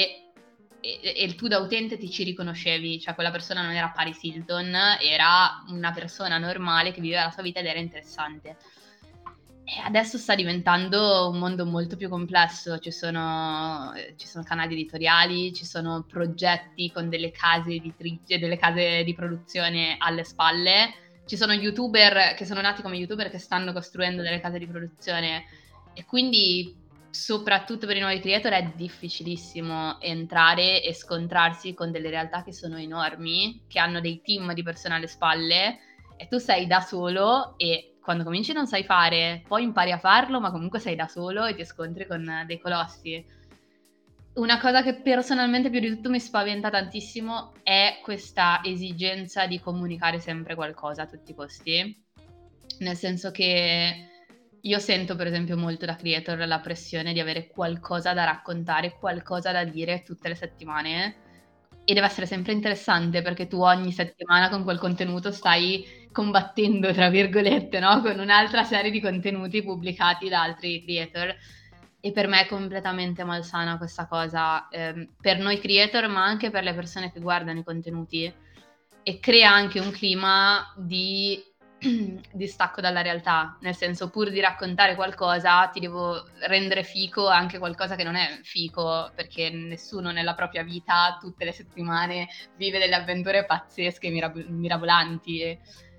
e tu da utente ti ci riconoscevi, cioè quella persona non era Paris Hilton, era una persona normale che viveva la sua vita ed era interessante. E adesso sta diventando un mondo molto più complesso, ci sono canali editoriali, ci sono progetti con delle case editrici, delle case di produzione alle spalle, ci sono youtuber che sono nati come youtuber che stanno costruendo delle case di produzione e quindi soprattutto per i nuovi creator è difficilissimo entrare e scontrarsi con delle realtà che sono enormi, che hanno dei team di persone alle spalle e tu sei da solo e quando cominci non sai fare, poi impari a farlo, ma comunque sei da solo e ti scontri con dei colossi. Una cosa che personalmente più di tutto mi spaventa tantissimo è questa esigenza di comunicare sempre qualcosa a tutti i costi. Nel senso che io sento per esempio molto da creator la pressione di avere qualcosa da raccontare, qualcosa da dire tutte le settimane e deve essere sempre interessante perché tu ogni settimana con quel contenuto stai "combattendo" tra virgolette, no, con un'altra serie di contenuti pubblicati da altri creator e per me è completamente malsana questa cosa, per noi creator, ma anche per le persone che guardano i contenuti e crea anche un clima di distacco dalla realtà, nel senso pur di raccontare qualcosa ti devo rendere fico anche qualcosa che non è fico, perché nessuno nella propria vita tutte le settimane vive delle avventure pazzesche, mirabolanti.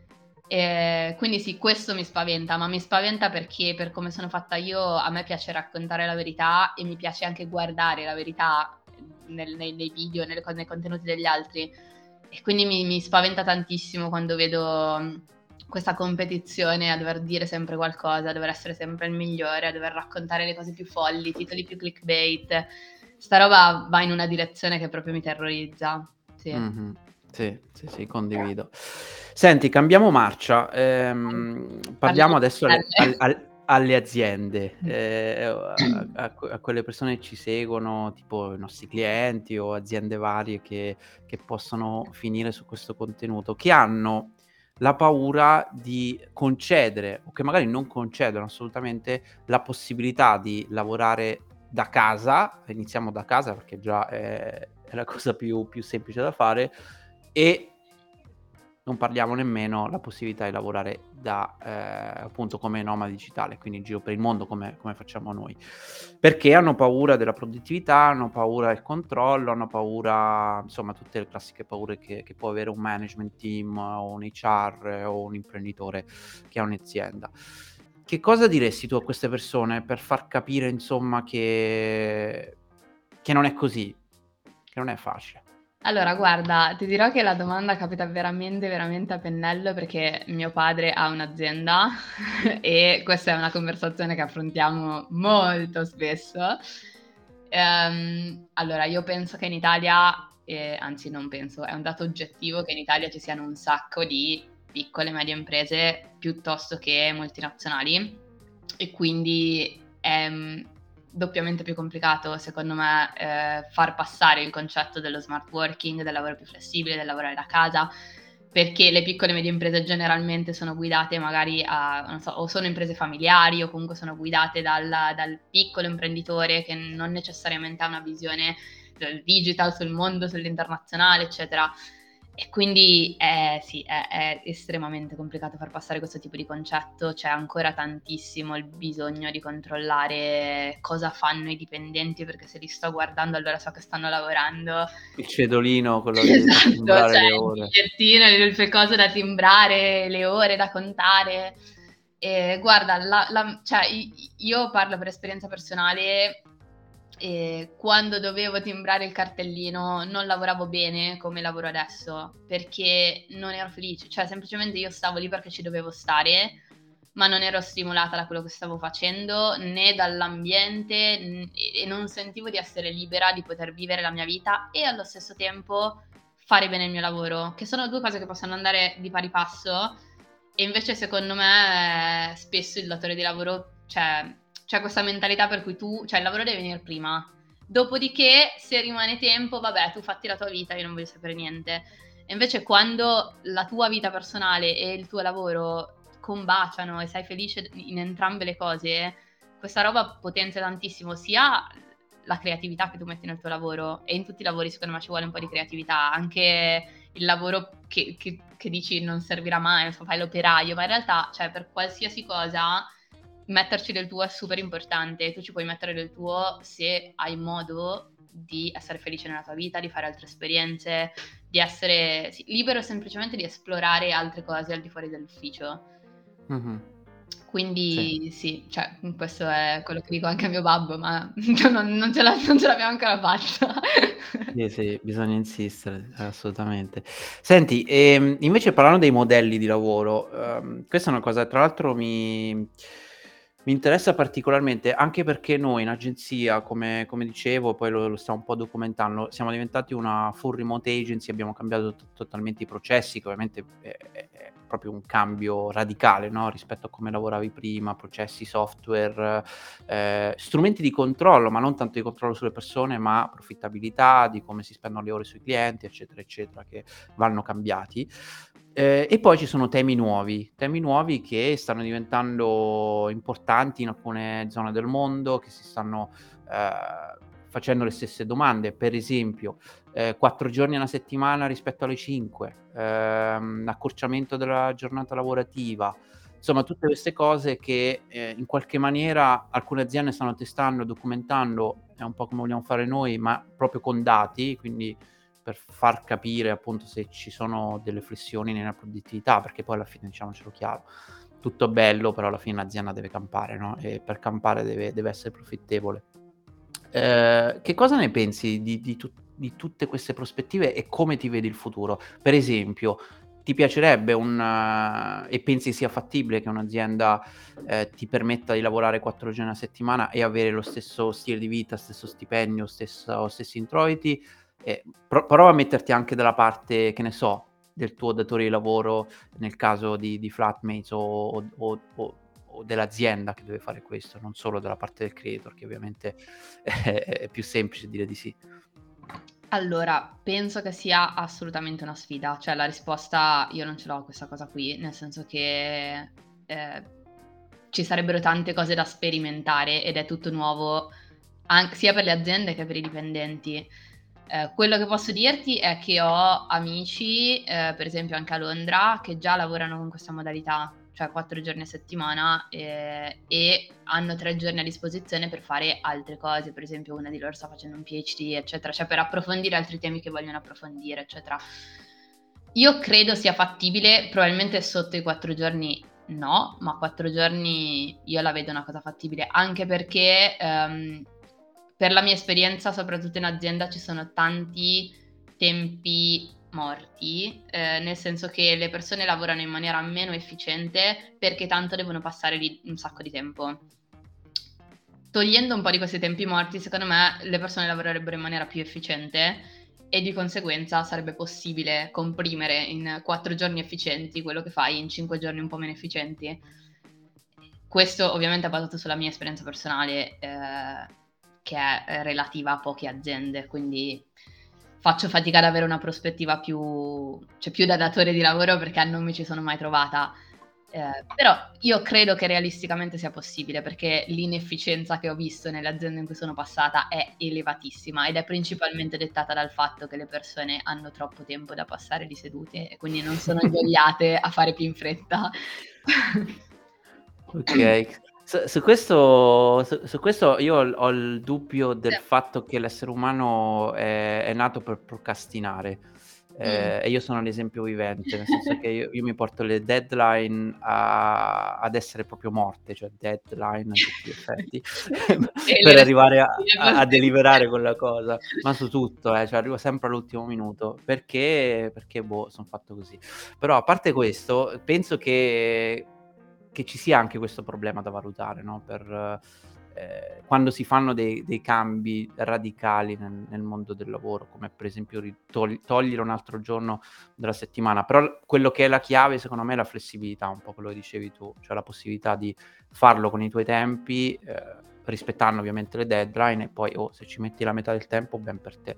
Quindi sì, questo mi spaventa, ma mi spaventa perché per come sono fatta io, a me piace raccontare la verità e mi piace anche guardare la verità nei video, nei contenuti degli altri. E quindi mi spaventa tantissimo quando vedo questa competizione a dover dire sempre qualcosa, a dover essere sempre il migliore, a dover raccontare le cose più folli, titoli più clickbait. Sta roba va in una direzione che proprio mi terrorizza. Sì. Mh-mh. Sì, sì, sì, condivido. Senti, cambiamo marcia, Parliamo parliamo di adesso stelle. alle aziende, Mh. a quelle persone che ci seguono, tipo i nostri clienti o aziende varie che possono finire su questo contenuto, che hanno la paura di concedere o che magari non concedono assolutamente la possibilità di lavorare da casa, iniziamo da casa perché già è la cosa più semplice da fare, e non parliamo nemmeno la possibilità di lavorare da appunto come nomade digitale, quindi in giro per il mondo come facciamo noi. Perché hanno paura della produttività, hanno paura del controllo, hanno paura, insomma tutte le classiche paure che può avere un management team o un HR o un imprenditore che ha un'azienda. Che cosa diresti tu a queste persone per far capire insomma che non è così, che non è facile? Allora guarda, ti dirò che la domanda capita veramente, veramente a pennello perché mio padre ha un'azienda e questa è una conversazione che affrontiamo molto spesso. Allora io penso che in Italia, anzi non penso, è un dato oggettivo che in Italia ci siano un sacco di piccole e medie imprese piuttosto che multinazionali e quindi è, doppiamente più complicato secondo me, far passare il concetto dello smart working, del lavoro più flessibile, del lavorare da casa, perché le piccole e medie imprese generalmente sono guidate magari a non so, o sono imprese familiari o comunque sono guidate dal piccolo imprenditore che non necessariamente ha una visione del digital, sul mondo, sull'internazionale, eccetera. E quindi sì, è estremamente complicato far passare questo tipo di concetto, c'è ancora tantissimo il bisogno di controllare cosa fanno i dipendenti, perché se li sto guardando allora so che stanno lavorando. Il cedolino, quello de per Esatto, timbrare cioè le il ore. bigliettino, le cose da timbrare, le ore da contare. Guarda, cioè io parlo per esperienza personale, quando dovevo timbrare il cartellino non lavoravo bene come lavoro adesso, perché non ero felice, cioè semplicemente io stavo lì perché ci dovevo stare, ma non ero stimolata da quello che stavo facendo, né dall'ambiente, e non sentivo di essere libera di poter vivere la mia vita e allo stesso tempo fare bene il mio lavoro, che sono 2 cose che possono andare di pari passo e invece secondo me spesso il datore di lavoro, cioè c'è questa mentalità per cui cioè il lavoro deve venire prima. Dopodiché, se rimane tempo, vabbè, tu fatti la tua vita, io non voglio sapere niente. E invece quando la tua vita personale e il tuo lavoro combaciano e sei felice in entrambe le cose, questa roba potenzia tantissimo sia la creatività che tu metti nel tuo lavoro, e in tutti i lavori secondo me ci vuole un po' di creatività, anche il lavoro che dici non servirà mai, non so, fai l'operaio, ma in realtà, cioè, per qualsiasi cosa metterci del tuo è super importante. Tu ci puoi mettere del tuo se hai modo di essere felice nella tua vita, di fare altre esperienze, di essere libero semplicemente di esplorare altre cose al di fuori dell'ufficio. Mh-mh. Sì. Quindi sì, cioè questo è quello che dico anche a mio babbo, ma non ce l'abbiamo ancora fatta. Sì, sì, bisogna insistere, assolutamente. Senti, invece parlando dei modelli di lavoro, questa è una cosa tra l'altro mi interessa particolarmente, anche perché noi in agenzia, come dicevo, poi lo stiamo un po' documentando, siamo diventati una full remote agency, abbiamo cambiato totalmente i processi, che ovviamente è proprio un cambio radicale, no, rispetto a come lavoravi prima, processi, software, strumenti di controllo, ma non tanto di controllo sulle persone, ma profittabilità, di come si spendono le ore sui clienti, eccetera, eccetera, che vanno cambiati. E poi ci sono temi nuovi che stanno diventando importanti in alcune zone del mondo, che si stanno, facendo le stesse domande. Per esempio, 4 giorni alla settimana rispetto alle 5, accorciamento della giornata lavorativa. Insomma, tutte queste cose che, in qualche maniera alcune aziende stanno testando, documentando, è un po' come vogliamo fare noi, ma proprio con dati, quindi per far capire appunto se ci sono delle flessioni nella produttività, perché poi alla fine diciamocelo chiaro, tutto bello, però alla fine l'azienda deve campare, no, e per campare deve essere profittevole. Che cosa ne pensi di tutte queste prospettive e come ti vedi il futuro? Per esempio, ti piacerebbe e pensi sia fattibile che un'azienda, ti permetta di lavorare 4 giorni a settimana e avere lo stesso stile di vita, stesso stipendio, stessi introiti? Prova a metterti anche dalla parte, che ne so, del tuo datore di lavoro nel caso di flatmates o dell'azienda che deve fare questo, non solo dalla parte del creator, che ovviamente è più semplice dire di sì. Allora, penso che sia assolutamente una sfida, cioè la risposta io non ce l'ho a questa cosa qui, nel senso che, ci sarebbero tante cose da sperimentare ed è tutto nuovo sia per le aziende che per i dipendenti. Quello che posso dirti è che ho amici, per esempio anche a Londra, che già lavorano con questa modalità, cioè 4 giorni a settimana, e hanno 3 giorni a disposizione per fare altre cose. Per esempio una di loro sta facendo un PhD, eccetera, cioè per approfondire altri temi che vogliono approfondire, eccetera. Io credo sia fattibile, probabilmente sotto i 4 giorni no, ma 4 giorni io la vedo una cosa fattibile, anche perché, per la mia esperienza, soprattutto in azienda, ci sono tanti tempi morti, nel senso che le persone lavorano in maniera meno efficiente perché tanto devono passare lì un sacco di tempo. Togliendo un po' di questi tempi morti, secondo me le persone lavorerebbero in maniera più efficiente e di conseguenza sarebbe possibile comprimere in 4 giorni efficienti quello che fai in 5 giorni un po' meno efficienti. Questo ovviamente è basato sulla mia esperienza personale, che è relativa a poche aziende, quindi faccio fatica ad avere una prospettiva più da datore di lavoro perché non mi ci sono mai trovata. Però io credo che realisticamente sia possibile, perché l'inefficienza che ho visto nelle aziende in cui sono passata è elevatissima ed è principalmente dettata dal fatto che le persone hanno troppo tempo da passare lì sedute e quindi non sono invogliate a fare più in fretta. Okay. Su questo io ho il dubbio Sì. del fatto che l'essere umano è nato per procrastinare, Mh. e io sono l'esempio vivente, nel senso che io mi porto le deadline ad essere proprio morte, cioè deadline a tutti gli effetti, E le per arrivare a a a responsabilità. deliberare quella cosa, ma su tutto, cioè arrivo sempre all'ultimo minuto perché boh, son fatto così. Però a parte questo, penso che ci sia anche questo problema da valutare, no, per quando si fanno dei cambi radicali nel mondo del lavoro, come per esempio togliere un altro giorno della settimana. Però quello che è la chiave secondo me è la flessibilità, un po' quello che dicevi tu, cioè la possibilità di farlo con i tuoi tempi, rispettando ovviamente le deadline e poi, se ci metti la metà del tempo ben per te.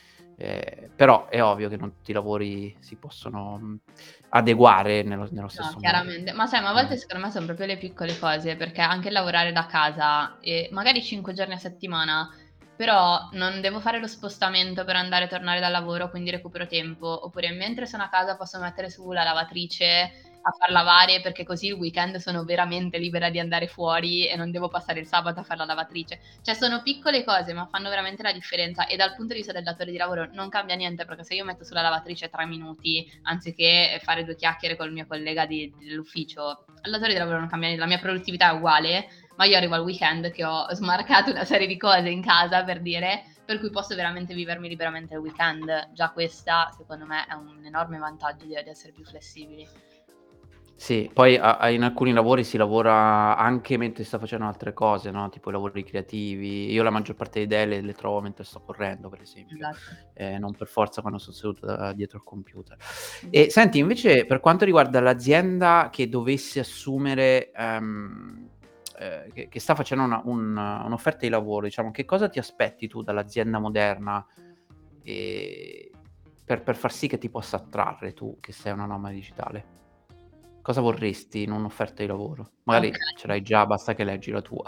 Però è ovvio che non tutti i lavori si possono, adeguare nello No, stesso modo. chiaramente. Ma sai, ma a volte secondo me son proprio le piccole cose, perché anche il lavorare da casa, magari 5 giorni a settimana, però non devo fare lo spostamento per andare e tornare dal lavoro, quindi recupero tempo, oppure mentre sono a casa posso mettere su la lavatrice a far lavare, perché così il weekend sono veramente libera di andare fuori e non devo passare il sabato a far la lavatrice. Cioè sono piccole cose, ma fanno veramente la differenza e dal punto di vista del datore di lavoro non cambia niente, perché se io metto sulla lavatrice 3 minuti anziché fare 2 chiacchiere col mio collega dell'ufficio, al datore di lavoro non cambia niente, la mia produttività è uguale, ma io arrivo al weekend che ho smarcato una serie di cose in casa, per dire, per cui posso veramente vivermi liberamente il weekend. Già questa, secondo me, è un enorme vantaggio di essere più flessibili. Sì, poi a in alcuni lavori si lavora anche mentre si sta facendo altre cose, no, tipo i lavori creativi. Io la maggior parte di idee le trovo mentre sto correndo, per esempio, Esatto. non per forza quando son seduto dietro al computer. Esa E senti, invece per quanto riguarda l'azienda che dovesse assumere, che sta facendo un'offerta di lavoro, diciamo, che cosa ti aspetti tu dall'azienda moderna, ehm, per far sì che ti possa attrarre tu che sei una nomade digitale? Cosa vorresti in un'offerta di lavoro? Magari ce Okay. l'hai già, basta che leggi la tua.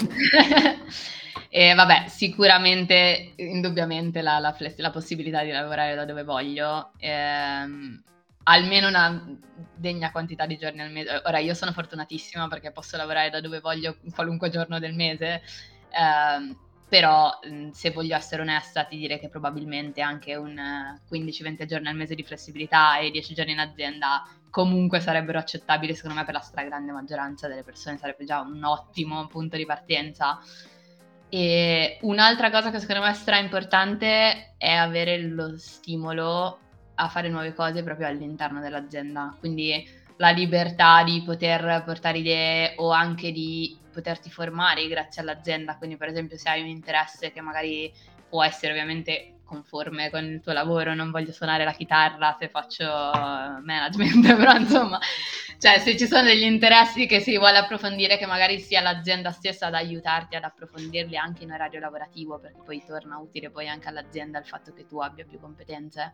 Vabbè, sicuramente, indubbiamente la possibilità di lavorare da dove voglio, almeno una, degna quantità di giorni al mese. Ora io sono fortunatissima perché posso lavorare da dove voglio qualunque giorno del mese, però, se voglio essere onesta ti direi che probabilmente anche un 15, 20 giorni al mese di flessibilità e 10 giorni in azienda comunque sarebbero accettabili, secondo me per la stragrande maggioranza delle persone sarebbe già un ottimo punto di partenza. E un'altra cosa che secondo me è stra importante è avere lo stimolo a fare nuove cose proprio all'interno dell'azienda, quindi la libertà di poter portare idee o anche di poterti formare grazie all'azienda. Quindi per esempio se hai un interesse che magari può essere ovviamente conforme con il tuo lavoro, non voglio suonare la chitarra se faccio management, però insomma, cioè se ci sono degli interessi che si vuole approfondire, che magari sia l'azienda stessa ad aiutarti ad approfondirli anche in orario lavorativo, perché poi torna utile poi anche all'azienda il fatto che tu abbia più competenze.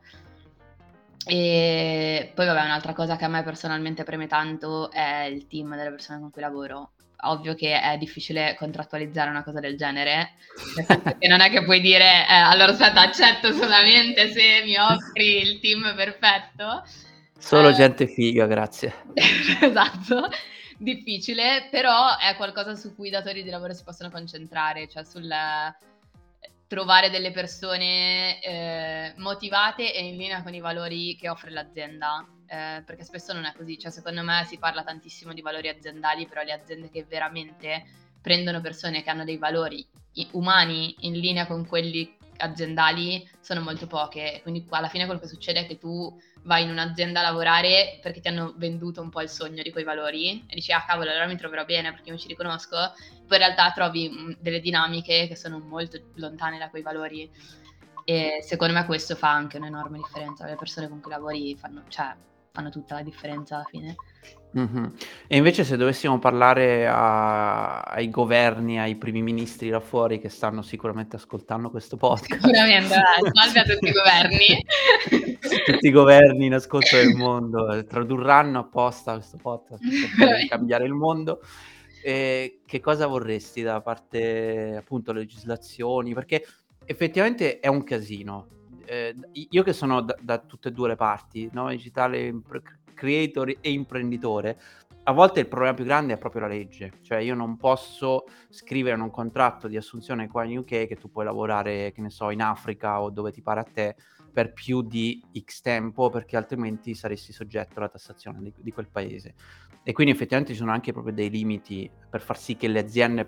E poi vabbè, un'altra cosa che a me personalmente preme tanto è il team delle persone con cui lavoro. ovvio che è difficile contrattualizzare una cosa del genere, nel senso che non è che puoi dire: allora aspetta, accetto solamente se mi offri il team perfetto". Solo gente figa, grazie. Esatto, difficile, però è qualcosa su cui i datori di lavoro si possono concentrare, cioè sul trovare delle persone, motivate e in linea con i valori che offre l'azienda, perché spesso non è così. Cioè, secondo me si parla tantissimo di valori aziendali, però le aziende che veramente prendono persone che hanno dei valori umani in linea con quelli aziendali sono molto poche. Quindi alla fine quello che succede è che tu vai in un'azienda a lavorare perché ti hanno venduto un po' il sogno di quei valori e dici: ah cavolo, allora mi troverò bene perché mi ci riconosco. Poi in realtà trovi delle dinamiche che sono molto lontane da quei valori, e secondo me questo fa anche un'enorme differenza. Le persone con cui lavori fanno tutta la differenza alla fine. Mh-mh. E invece se dovessimo parlare ai governi, ai primi ministri là fuori che stanno sicuramente ascoltando questo podcast. Sicuramente, salve a tutti i governi. Tutti i governi in ascolto del mondo, tradurranno apposta questo podcast per cercare di Veramente. cambiare il mondo. Che cosa vorresti da parte appunto legislazioni? Perché effettivamente è un casino. Io che sono da tutte e 2 le parti, no, digitale creator e imprenditore, a volte il problema più grande è proprio la legge. Cioè io non posso scrivere in un contratto di assunzione qua in UK che tu puoi lavorare, che ne so, in Africa o dove ti pare a te per più di X tempo, perché altrimenti saresti soggetto alla tassazione di quel paese. E quindi effettivamente ci sono anche proprio dei limiti per far sì che le aziende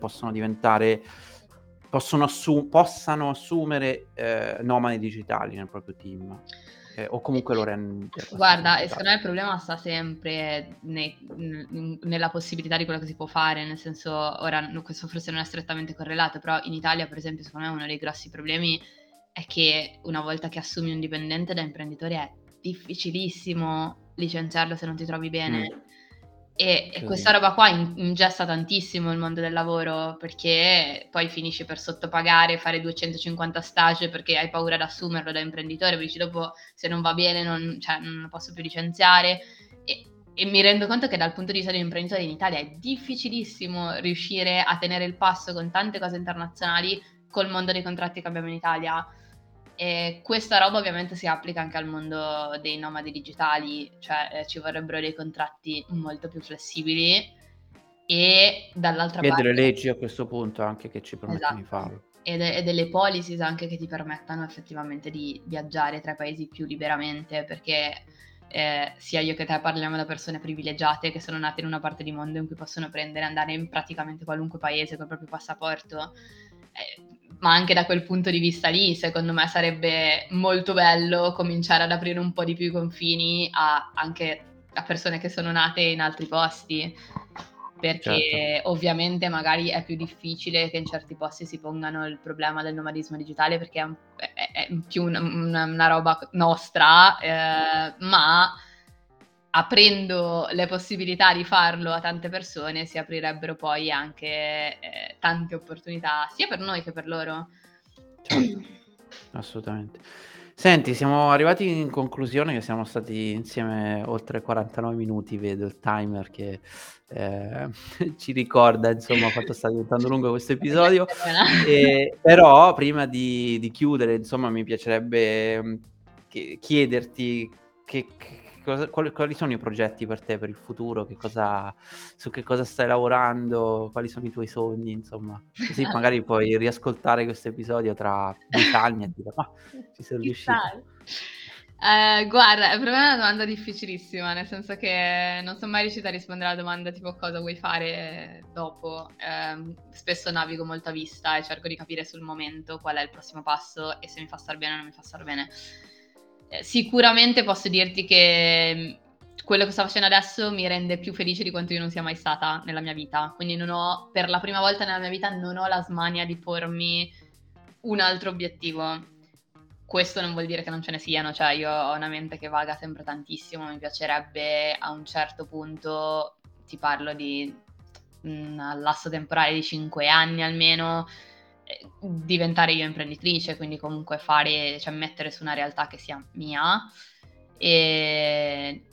possano assumere, nomadi digitali nel proprio team, o comunque lo rende abbastanza Guarda, e complicato. secondo me il problema sta sempre nella possibilità di quello che si può fare, nel senso, ora questo forse non è strettamente correlato, però in Italia per esempio secondo me uno dei grossi problemi è che una volta che assumi un dipendente da imprenditore è difficilissimo licenziarlo se non ti trovi Mh, bene. E sì. questa roba qua ingessa tantissimo il mondo del lavoro, perché poi finisci per sottopagare, fare 250 stage perché hai paura ad assumerlo da imprenditore, poi dici dopo se non va bene non lo posso più licenziare. E mi rendo conto che dal punto di vista di un imprenditore in Italia è difficilissimo riuscire a tenere il passo con tante cose internazionali col mondo dei contratti che abbiamo in Italia. E questa roba ovviamente si applica anche al mondo dei nomadi digitali, cioè ci vorrebbero dei contratti molto più flessibili e dall'altra E delle parte leggi a questo punto anche che ci permettono di esatto, farlo. e delle policies anche che ti permettano effettivamente di viaggiare tra i paesi più liberamente, perché sia io che te parliamo da persone privilegiate che sono nate in una parte di mondo in cui possono prendere e andare in praticamente qualunque paese col proprio passaporto. Ma anche da quel punto di vista lì, secondo me sarebbe molto bello cominciare ad aprire un po' di più i confini anche a persone che sono nate in altri posti, Certo. perché ovviamente magari è più difficile che in certi posti si pongano il problema del nomadismo digitale perché è più una roba nostra, ma aprendo le possibilità di farlo a tante persone si aprirebbero poi anche, tante opportunità sia per noi che per loro. Certo, assolutamente. Senti, siamo arrivati in conclusione che siamo stati insieme oltre 49 minuti, vedo il timer che, ehm, ci ricorda insomma quanto sta diventando lungo questo episodio. Però prima di chiudere insomma mi piacerebbe, chiederti quali sono i progetti per te, per il futuro, su che cosa stai lavorando, quali sono i tuoi sogni, insomma. Così magari puoi riascoltare questo episodio tra 10 anni e dire: "Mah, ci son riuscito." Chissà. Guarda, per me è una domanda difficilissima, nel senso che non son mai riuscita a rispondere alla domanda tipo: "Cosa vuoi fare dopo?" Spesso navigo molto a vista e cerco di capire sul momento qual è il prossimo passo e se mi fa star bene o non mi fa star bene. Sicuramente posso dirti che, quello che sto facendo adesso mi rende più felice di quanto io non sia mai stata nella mia vita. Quindi non ho per la prima volta nella mia vita non ho la smania di pormi un altro obiettivo. Questo non vuol dire che non ce ne siano, cioè io ho una mente che vaga sempre tantissimo, mi piacerebbe a un certo punto, ti parlo di un lasso temporale di 5 anni almeno, diventare io imprenditrice, quindi comunque mettere su una realtà che sia mia. Ehm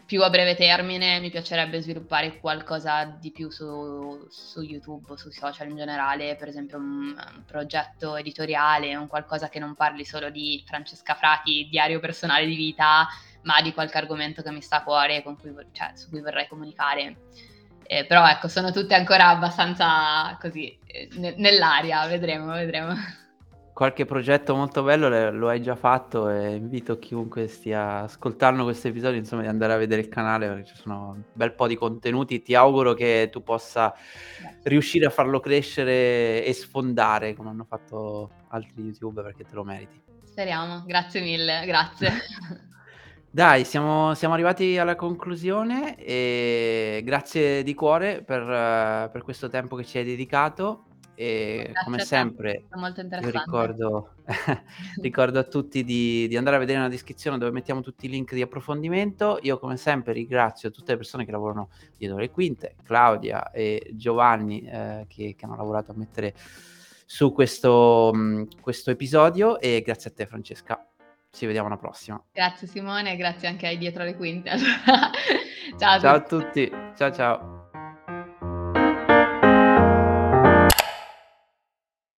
più a breve termine mi piacerebbe sviluppare qualcosa di più su YouTube o sui social in generale, per esempio un progetto editoriale, un qualcosa che non parli solo di Francesca Frati, diario personale di vita, ma di qualche argomento che mi sta a cuore, con cui cioè, su cui vorrei comunicare. Però ecco, sono tutte ancora abbastanza così, nell'aria, vedremo, vedremo. Qualche progetto molto bello lo hai già fatto e invito chiunque stia ascoltando questo episodio, insomma, di andare a vedere il canale perché ci sono un bel po' di contenuti. Ti auguro che tu possa Grazie. riuscire a farlo crescere e sfondare come hanno fatto altri YouTuber perché te lo meriti. Speriamo, grazie mille, grazie. Dai, siamo arrivati alla conclusione e grazie di cuore per questo tempo che ci hai dedicato e come Grazie a te, è sempre stato molto io interessante. ricordo a tutti di andare a vedere nella descrizione dove mettiamo tutti i link di approfondimento. Io come sempre ringrazio tutte le persone che lavorano dietro le quinte, Claudia e Giovanni, che hanno lavorato a mettere su questo episodio e grazie a te Francesca. Ci vediamo alla prossima. Grazie Simone e grazie anche ai dietro le quinte allora. Ciao a Ciao a tutti. tutti, ciao ciao.